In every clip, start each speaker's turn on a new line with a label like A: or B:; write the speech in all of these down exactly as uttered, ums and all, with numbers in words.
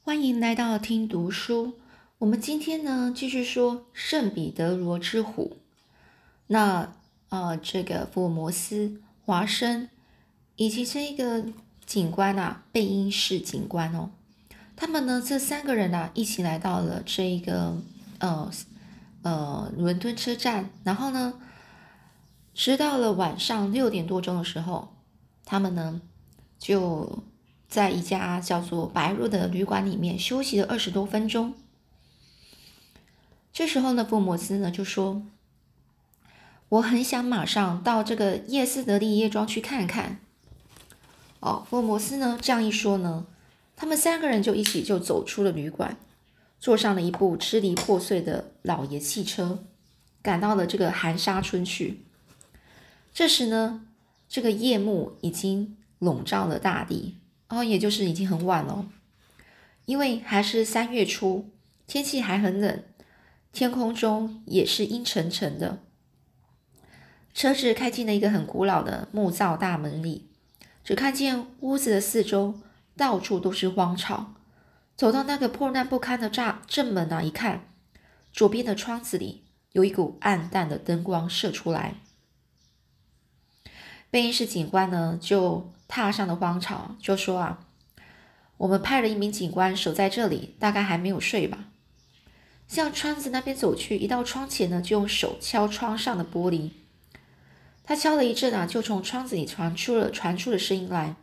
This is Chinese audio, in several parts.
A: 欢迎来到听读书。我们今天呢，继续说圣彼得罗之虎。那呃，这个福尔摩斯、华生以及这个警官啊，贝因士警官哦，他们呢，这三个人啊，一起来到了这个呃呃伦敦车站，然后呢，直到了晚上六点多钟的时候，他们呢就在一家叫做白鹿的旅馆里面休息了二十多分钟。这时候呢，福尔摩斯呢就说：“我很想马上到这个叶斯德利夜庄去看看。”哦，福尔摩斯呢这样一说呢，他们三个人就一起就走出了旅馆，坐上了一部支离破碎的老爷汽车，赶到了这个寒沙村去。这时呢，这个夜幕已经笼罩了大地，哦，也就是已经很晚了，因为还是三月初，天气还很冷，天空中也是阴沉沉的。车子开进了一个很古老的木造大门里，只看见屋子的四周到处都是荒草。走到那个破烂不堪的栅正门啊，一看，左边的窗子里有一股暗淡的灯光射出来。贝因士警官呢，就踏上了荒草，就说啊：“我们派了一名警官守在这里，大概还没有睡吧。”向窗子那边走去，一到窗前呢，就用手敲窗上的玻璃。他敲了一阵啊，就从窗子里传出了传出了声音来。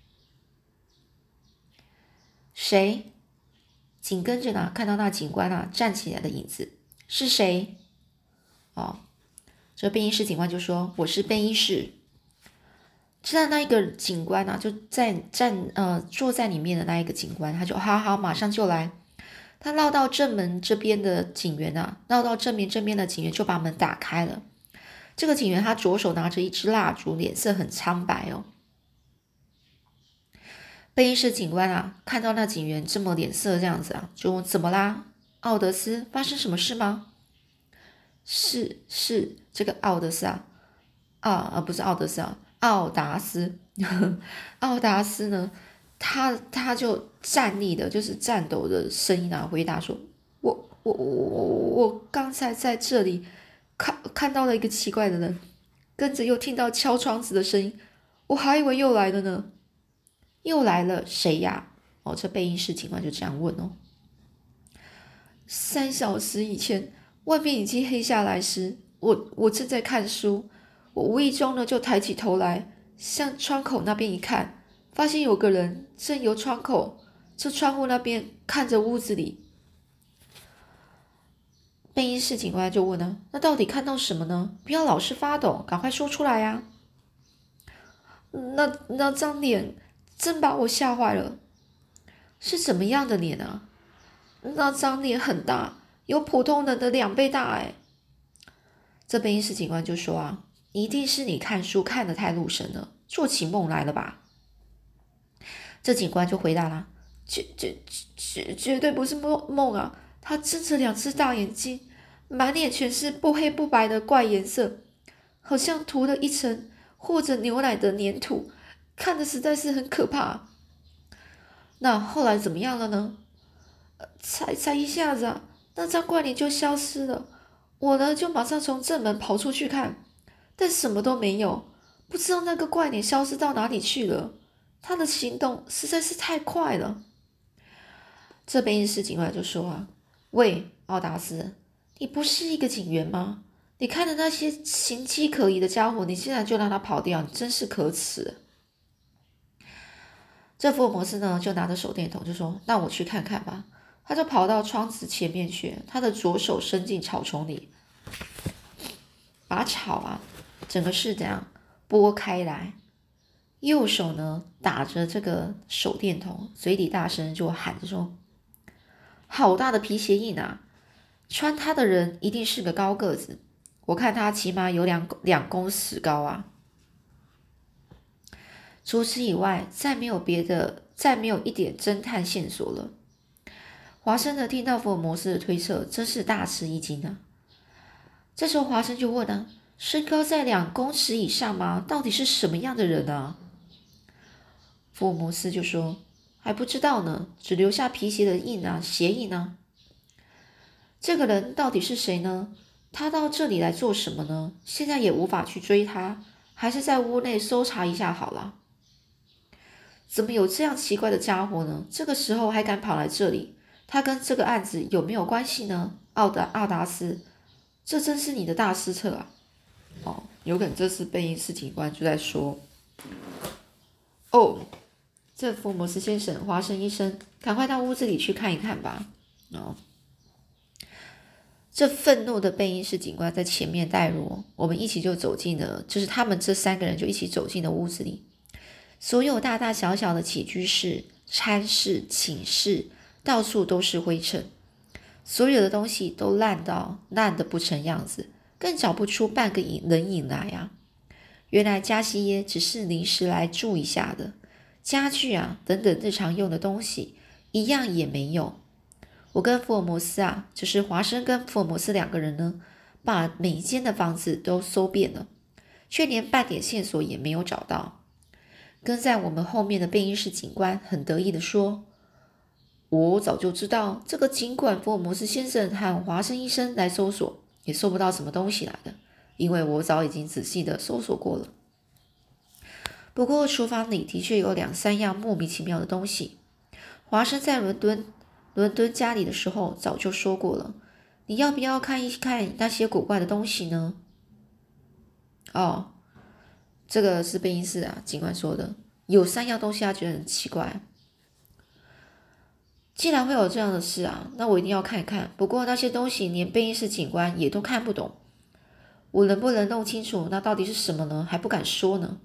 A: 谁？紧跟着呢，看到那警官啊站起来的影子，是谁？哦，这贝因士警官就说：“我是贝因士。”知道那一个警官啊，就在站呃坐在里面的那一个警官，他就好好马上就来。他绕到正门这边的警员啊，绕到正面这边的警员就把门打开了。这个警员他左手拿着一支蜡烛，脸色很苍白哦。贝因士警官啊，看到那警员这么脸色这样子啊，就问：“怎么啦，奥德斯？发生什么事吗？”是是这个奥德斯啊，啊啊不是奥德斯啊，奥达斯。奥达斯呢，他他就站立的，就是颤抖的声音啊，回答说：“我我我我我刚才在这里看看到了一个奇怪的人，跟着又听到敲窗子的声音，我还以为又来了呢。又来了，谁呀？”哦，这贝因士警官就这样问哦。三小时以前，外面已经黑下来时，我我正在看书，我无意中呢就抬起头来，向窗口那边一看，发现有个人正由窗口这窗户那边看着屋子里。贝因士警官就问了：“那到底看到什么呢？不要老是发抖，赶快说出来呀！”那那张脸真把我吓坏了。是怎么样的脸啊？那张脸很大，有普通人的两倍大哎。这贝因士警官就说啊，一定是你看书看得太入神了，做起梦来了吧？这警官就回答了，绝绝绝绝对不是梦梦啊！他睁着两只大眼睛，满脸全是不黑不白的怪颜色，好像涂了一层或者牛奶的粘土，看着实在是很可怕。那后来怎么样了呢？才才一下子啊，那张怪脸就消失了。我呢，就马上从正门跑出去看，但什么都没有，不知道那个怪脸消失到哪里去了。他的行动实在是太快了。这边一士警官就说啊：“喂，奥达斯，你不是一个警员吗？你看的那些行迹可疑的家伙，你现在就让他跑掉，你真是可耻。”这福尔摩斯呢，就拿着手电筒就说：“那我去看看吧。”他就跑到窗子前面去，他的左手伸进草丛里，把草啊整个是这样拨开来，右手呢打着这个手电筒，嘴里大声就喊着说：“好大的皮鞋印啊！穿它的人一定是个高个子，我看他起码有两两公尺高啊！”除此以外，再没有别的，再没有一点侦探线索了。华生呢，听到福尔摩斯的推测，真是大吃一惊啊！这时候华生就问啊：“身高在两公尺以上吗？到底是什么样的人啊？”福尔摩斯就说：“ 还不知道呢，只留下皮鞋的印啊，鞋印啊。这个人到底是谁呢？他到这里来做什么呢？现在也无法去追他，还是在屋内搜查一下好了。怎么有这样奇怪的家伙呢？这个时候还敢跑来这里？他跟这个案子有没有关系呢？奥达阿达斯，这真是你的大失策啊！哦，有可能这次贝因斯警官就在说，哦，这福摩斯先生、华生医生，赶快到屋子里去看一看吧。哦，这愤怒的贝因斯警官在前面带路，我们一起就走进了，就是他们这三个人就一起走进了屋子里。所有大大小小的起居室、餐室、寝室，到处都是灰尘，所有的东西都烂到烂得不成样子，更找不出半个人影来啊！原来加西耶只是临时来住一下的，家具啊等等日常用的东西一样也没有。我跟福尔摩斯啊，就是华生跟福尔摩斯两个人呢，把每一间的房子都搜遍了，却连半点线索也没有找到。跟在我们后面的贝因士警官很得意地说，我早就知道这个尽管福尔摩斯先生和华生医生来搜索，也搜不到什么东西来的，因为我早已经仔细的搜索过了。不过厨房里的确有两三样莫名其妙的东西。华生在伦敦伦敦家里的时候早就说过了，你要不要看一看那些古怪的东西呢？哦，这个是贝因斯啊警官说的，有三样东西他觉得很奇怪。既然会有这样的事啊，那我一定要看看。不过那些东西连贝因斯警官也都看不懂，我能不能弄清楚那到底是什么呢？还不敢说呢。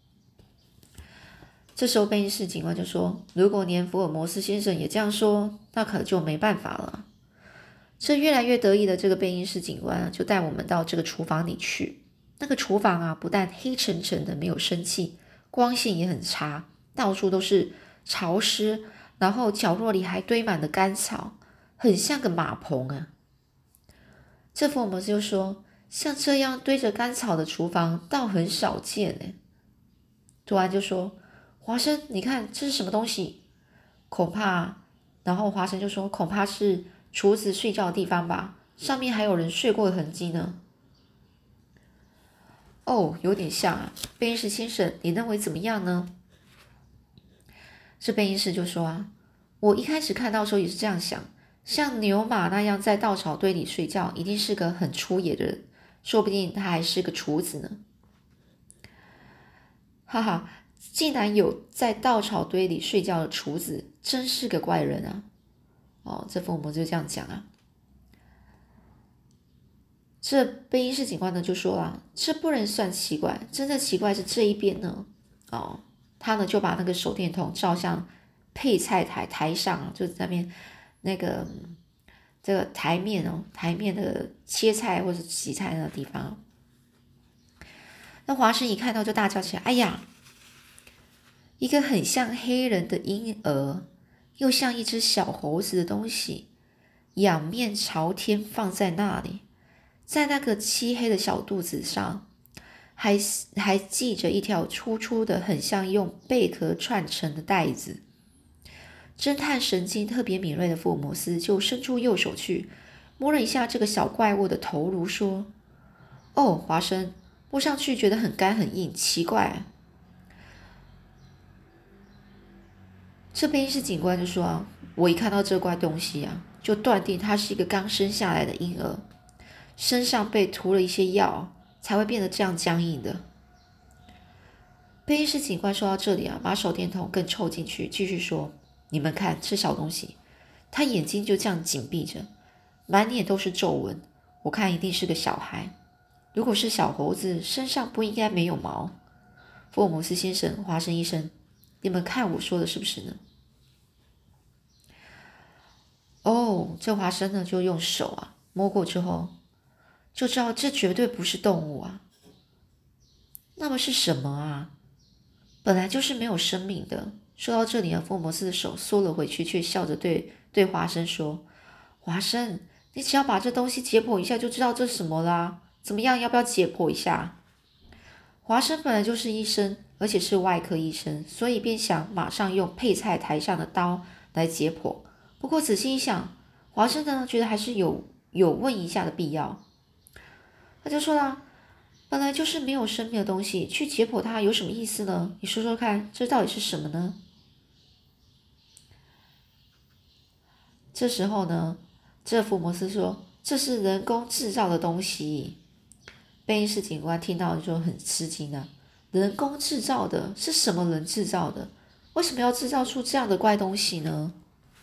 A: 这时候贝因斯警官就说，如果连福尔摩斯先生也这样说，那可就没办法了。这越来越得意的这个贝因斯警官就带我们到这个厨房里去。那个厨房啊，不但黑沉沉的没有生气，光线也很差，到处都是潮湿，然后角落里还堆满了干草，很像个马棚啊。这福尔摩斯就说，像这样堆着干草的厨房倒很少见诶。突然就说，华生，你看这是什么东西？恐怕，然后华生就说，恐怕是厨子睡觉的地方吧，上面还有人睡过的痕迹呢。哦，有点像啊，贝因士先生，你认为怎么样呢？这贝因士就说啊，我一开始看到的时候也是这样想，像牛马那样在稻草堆里睡觉，一定是个很粗野的人，说不定他还是个厨子呢。哈哈，竟然有在稻草堆里睡觉的厨子，真是个怪人啊！哦，这福尔摩斯就这样讲啊。这贝因士警官呢就说啊，这不能算奇怪，真的奇怪是这一边呢。哦，他呢就把那个手电筒照向配菜台台上啊，就是那边那个这个台面哦，台面的切菜或者洗菜那个地方。那华生一看到就大叫起来，哎呀，一个很像黑人的婴儿，又像一只小猴子的东西，仰面朝天放在那里，在那个漆黑的小肚子上还还系着一条粗粗的很像用贝壳串成的带子。侦探神经特别敏锐的福尔摩斯就伸出右手去摸了一下这个小怪物的头颅，说，哦，华生，摸上去觉得很干很硬，奇怪啊。这边是警官就说啊，我一看到这怪东西啊，就断定它是一个刚生下来的婴儿，身上被涂了一些药，才会变得这样僵硬的。贝因士警官说到这里啊，把手电筒更凑进去，继续说，你们看这小东西，他眼睛就这样紧闭着，满脸都是皱纹，我看一定是个小孩。如果是小猴子，身上不应该没有毛。福尔摩斯先生，华生医生，你们看我说的是不是呢？哦，这华生呢就用手啊摸过之后，就知道这绝对不是动物啊。那么是什么啊？本来就是没有生命的。说到这里啊，福尔摩斯的手缩了回去，却笑着对对华生说：“华生，你只要把这东西解剖一下，就知道这是什么啦。怎么样，要不要解剖一下？” 华生本来就是医生，而且是外科医生，所以便想马上用配菜台上的刀来解剖。不过仔细一想，华生呢觉得还是有有问一下的必要。他就说啦，本来就是没有生命的东西，去解剖它有什么意思呢？你说说看，这到底是什么呢？这时候呢，这福摩斯说这是人工制造的东西。贝因士警官听到就很吃惊啊，人工制造的是什么人制造的？为什么要制造出这样的怪东西呢？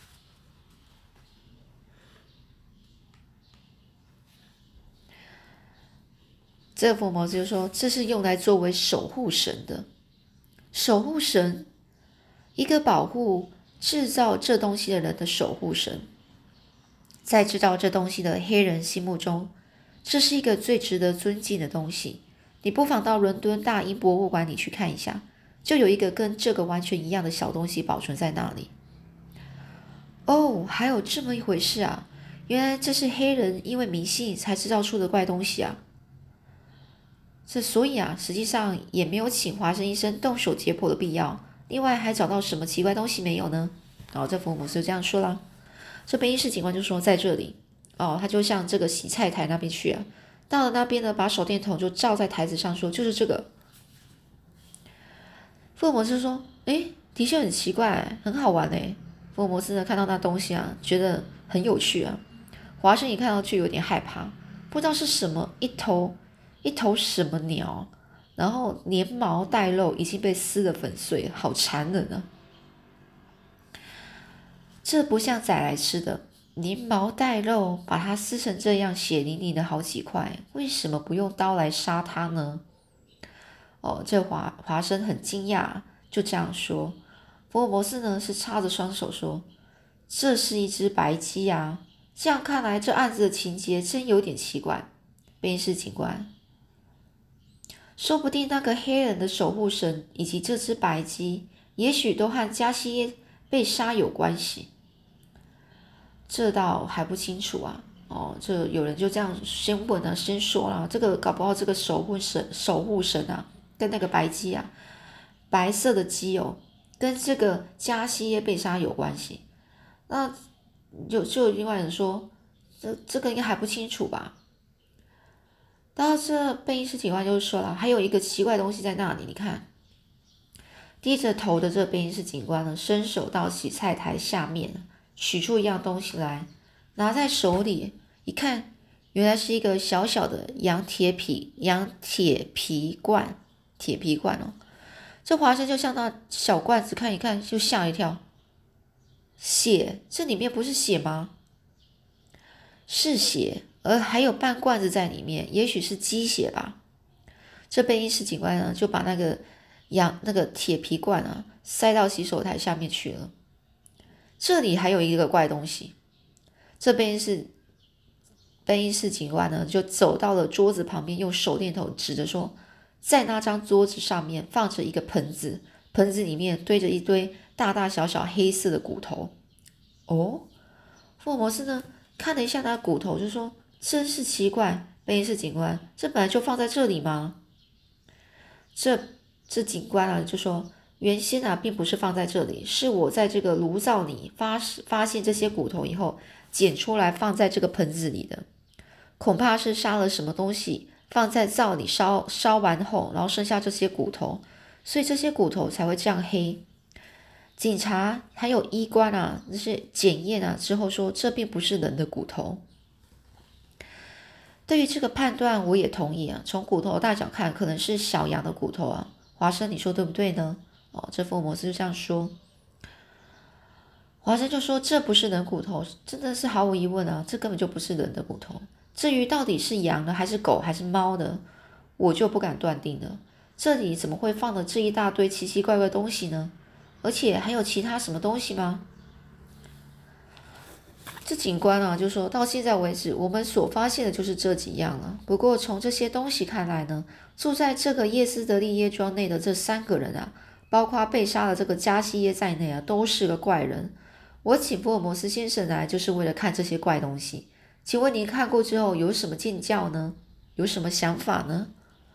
A: 这福摩斯就说这是用来作为守护神的。守护神，一个保护制造这东西的人的守护神。在制造这东西的黑人心目中，这是一个最值得尊敬的东西。你不妨到伦敦大英博物馆里去看一下，就有一个跟这个完全一样的小东西保存在那里。哦，还有这么一回事啊，原来这是黑人因为迷信才制造出的怪东西啊。这所以啊，实际上也没有请华生医生动手解剖的必要。另外还找到什么奇怪东西没有呢？然后这福尔摩斯就这样说啦。这边医师警官就说在这里哦，他就向这个洗菜台那边去啊。到了那边呢，把手电筒就照在台子上说就是这个。福尔摩斯说诶，的确很奇怪，很好玩诶。福尔摩斯呢看到那东西啊，觉得很有趣啊。华生一看到就有点害怕，不知道是什么一头一头什么鸟，然后连毛带肉已经被撕得粉碎，好残忍啊。这不像宰来吃的，连毛带肉把它撕成这样血淋淋的好几块，为什么不用刀来杀它呢？哦，这华华生很惊讶，就这样说。福尔摩斯呢是插着双手说，这是一只白鸡啊，这样看来这案子的情节真有点奇怪。便是警官，说不定那个黑人的守护神以及这只白鸡，也许都和加西耶被杀有关系。这倒还不清楚啊。哦，这有人就这样先问啊，先说啦，这个搞不好这个守护神守护神啊，跟那个白鸡啊，白色的鸡哦，跟这个加西耶被杀有关系。那就就另外人说，这这个应该还不清楚吧？到这贝因斯警官就说了，还有一个奇怪的东西在那里，你看。低着头的这贝因斯警官呢，伸手到洗菜台下面，取出一样东西来，拿在手里，一看，原来是一个小小的羊铁皮羊铁皮罐，铁皮罐哦。这华生就向那小罐子看一看，就吓一跳，血，这里面不是血吗？是血，而还有半罐子在里面，也许是鸡血吧。这贝因斯警官呢，就把那个羊那个铁皮罐啊塞到洗手台下面去了。这里还有一个怪东西，这贝因斯贝因斯警官呢就走到了桌子旁边，用手电筒指着说，在那张桌子上面放着一个盆子，盆子里面堆着一堆大大小小黑色的骨头。哦，福尔摩斯呢看了一下那骨头，就说真是奇怪，贝因斯警官，这本来就放在这里吗？这这警官啊就说，原先啊并不是放在这里，是我在这个炉灶里发发现这些骨头以后捡出来放在这个盆子里的，恐怕是杀了什么东西放在灶里烧烧完后，然后剩下这些骨头，所以这些骨头才会这样黑。警察还有医官啊，那些检验啊之后说，这并不是人的骨头。对于这个判断我也同意啊，从骨头大小看可能是小羊的骨头啊。华生你说对不对呢？哦，这福尔摩斯就这样说。华生就说这不是人骨头，真的是毫无疑问啊，这根本就不是人的骨头。至于到底是羊的还是狗还是猫的，我就不敢断定了。这里怎么会放了这一大堆奇奇怪怪的东西呢？而且还有其他什么东西吗？这警官啊就说，到现在为止我们所发现的就是这几样了。不过从这些东西看来呢，住在这个叶斯德利耶庄内的这三个人啊，包括被杀的这个加西耶在内啊，都是个怪人。我请福尔摩斯先生来就是为了看这些怪东西，请问您看过之后有什么见教呢？有什么想法呢？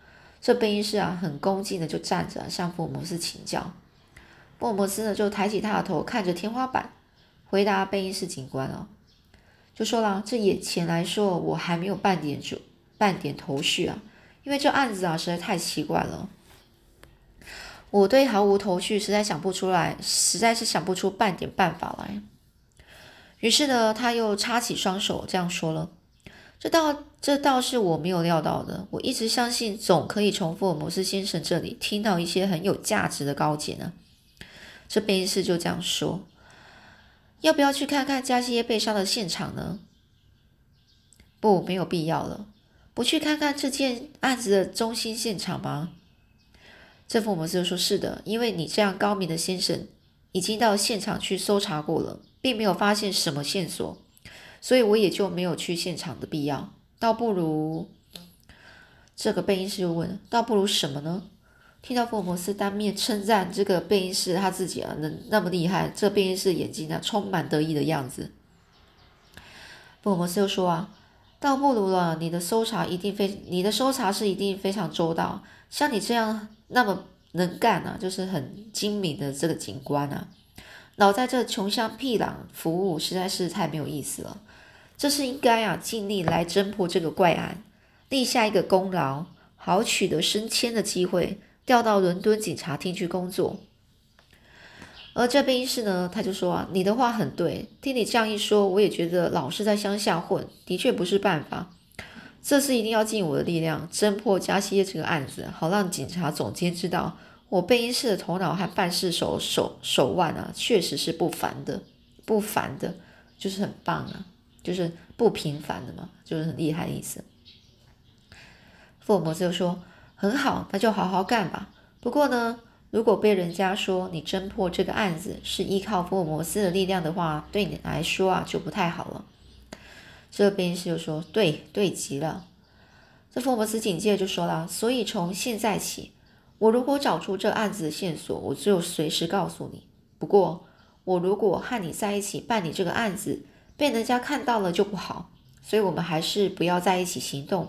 A: 这贝因士啊，很恭敬的就站着向福尔摩斯请教。福尔摩斯呢，就抬起他的头看着天花板，回答贝因士警官哦，就说了，这眼前来说，我还没有半点主半点头绪啊，因为这案子啊实在太奇怪了，我对毫无头绪，实在想不出来，实在是想不出半点办法来。于是呢，他又插起双手，这样说了：“这倒这倒是我没有料到的。我一直相信，总可以从福尔摩斯先生这里听到一些很有价值的高解呢。”这贝因士就这样说：“要不要去看看加西耶被杀的现场呢？”“不，没有必要了。不去看看这件案子的中心现场吗？”这福尔摩斯就说：“是的，因为你这样高明的先生已经到现场去搜查过了，并没有发现什么线索，所以我也就没有去现场的必要。倒不如……”这个贝因士就问：“倒不如什么呢？”听到福尔摩斯当面称赞这个贝因士他自己啊能那么厉害，这贝因士眼睛啊充满得意的样子。福尔摩斯又说啊：“倒不如了，你的搜查一定非你的搜查是一定非常周到，像你这样那么能干啊，就是很精明的这个警官啊，老在这穷乡僻壤服务，实在是太没有意思了。这是应该啊，尽力来侦破这个怪案，立下一个功劳，好取得升迁的机会，调到伦敦警察厅去工作。”而这边是呢，他就说啊：“你的话很对，听你这样一说，我也觉得老是在乡下混，的确不是办法。这次一定要尽我的力量，侦破加西耶这个案子，好让警察总监知道，我贝因士的头脑和办事手手手腕啊，确实是不凡的，不凡的，就是很棒啊，就是不平凡的嘛，就是很厉害的意思。”福尔摩斯就说：“很好，那就好好干吧。不过呢，如果被人家说你侦破这个案子是依靠福尔摩斯的力量的话，对你来说啊就不太好了。”这边是就说：“对，对极了。”这福尔摩斯紧接着就说了：“所以从现在起，我如果找出这案子的线索，我就随时告诉你。不过，我如果和你在一起办理这个案子，被人家看到了就不好，所以我们还是不要在一起行动。”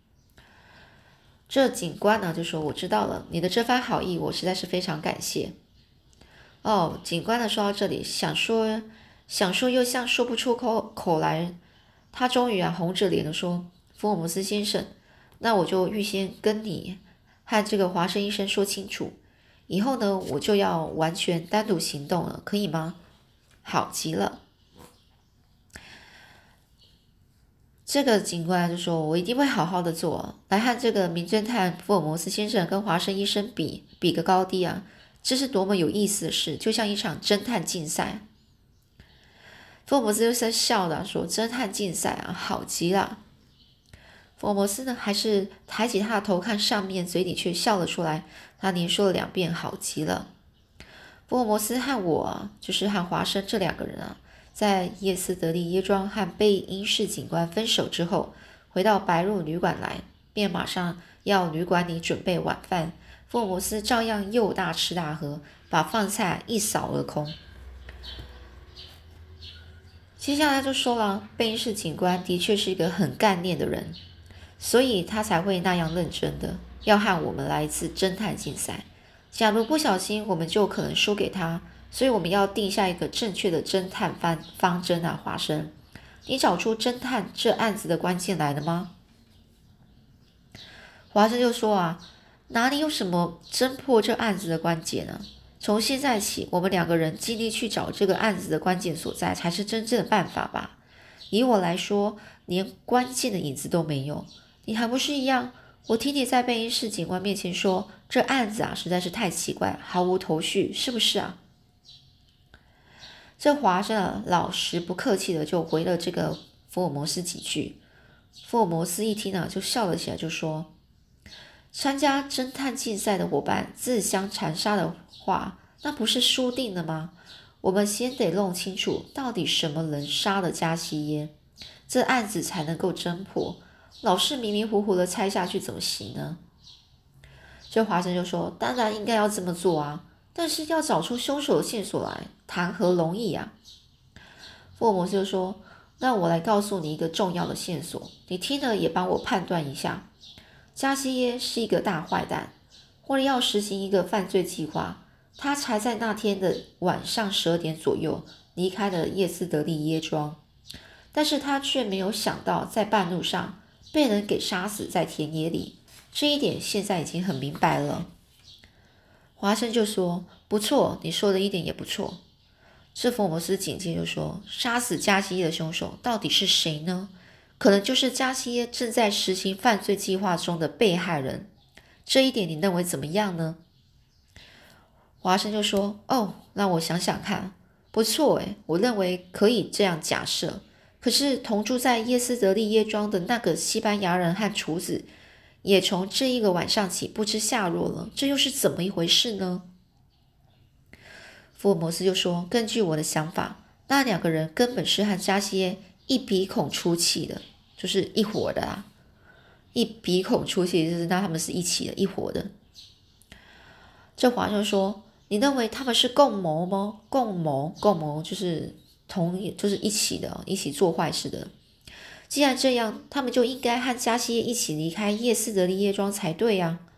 A: 这警官呢就说：“我知道了，你的这番好意，我实在是非常感谢。”哦，警官呢说到这里，想说想说又像说不出口口来，他终于啊红着脸的说：“福尔摩斯先生，那我就预先跟你和这个华生医生说清楚，以后呢我就要完全单独行动了，可以吗？”“好极了。”这个警官就说：“我一定会好好的做，来和这个名侦探福尔摩斯先生跟华生医生比比个高低啊！这是多么有意思的事，就像一场侦探竞赛。”福尔摩斯就在笑的说：“侦探竞赛啊，好极了。”福尔摩斯呢，还是抬起他的头看上面，嘴里却笑了出来。他连说了两遍：“好极了。”福尔摩斯和我啊，就是和华生这两个人啊，在叶斯德利耶庄和贝因士警官分手之后，回到白鹿旅馆来，便马上要旅馆里准备晚饭。福尔摩斯照样又大吃大喝，把饭菜一扫而空。接下来就说了，贝因士警官的确是一个很干练的人，所以他才会那样认真的要和我们来一次侦探竞赛。假如不小心，我们就可能输给他，所以我们要定下一个正确的侦探方方针啊！华生，你找出侦探这案子的关键来了吗？华生就说啊，哪里有什么侦破这案子的关键呢？从现在起，我们两个人尽力去找这个案子的关键所在，才是真正的办法吧。以我来说，连关键的影子都没有，你还不是一样？我听你在贝因士警官面前说，这案子啊实在是太奇怪，毫无头绪，是不是啊？这华生啊老实不客气的就回了这个福尔摩斯几句。福尔摩斯一听啊就笑了起来，就说：“参加侦探竞赛的伙伴自相残杀的话，那不是输定了吗？我们先得弄清楚到底什么人杀了加西耶，这案子才能够侦破。老是迷迷糊糊的猜下去怎么行呢？”这华生就说：“当然应该要这么做啊，但是要找出凶手的线索来，谈何容易啊？”福尔摩斯就说：“那我来告诉你一个重要的线索，你听了也帮我判断一下。 加西耶是一个大坏蛋，为了要实行一个犯罪计划，他才在那天的晚上十二点左右离开了叶斯德利耶庄，但是他却没有想到在半路上被人给杀死在田野里，这一点现在已经很明白了。华生就说：不错，你说的一点也不错。这福尔摩斯紧接着就说：杀死加西耶的凶手到底是谁呢？可能就是加西耶正在实行犯罪计划中的被害人，这一点你认为怎么样呢？华生就说：哦，让我想想看，不错诶，我认为可以这样假设。可是同住在耶斯德利耶庄的那个西班牙人和厨子也从这一个晚上起不知下落了，这又是怎么一回事呢？福尔摩斯就说：根据我的想法，那两个人根本是和加西耶一鼻孔出气的，就是一伙的啊。一鼻孔出气就是那他们是一起的，一伙的。这华生说：你认为他们是共谋吗？共谋，共谋就是同一，就是一起的，一起做坏事的。既然这样，他们就应该和加西耶一起离开叶斯德利耶庄才对呀、啊。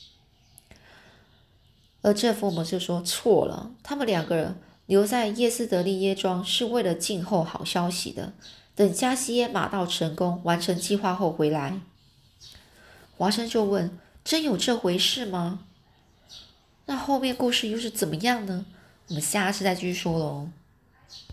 A: 而这福尔摩斯就说错了，他们两个人留在叶斯德利耶庄是为了静候好消息的，等加西耶马到成功完成计划后回来。华生就问：真有这回事吗？那后面故事又是怎么样呢？我们下次再继续说喽。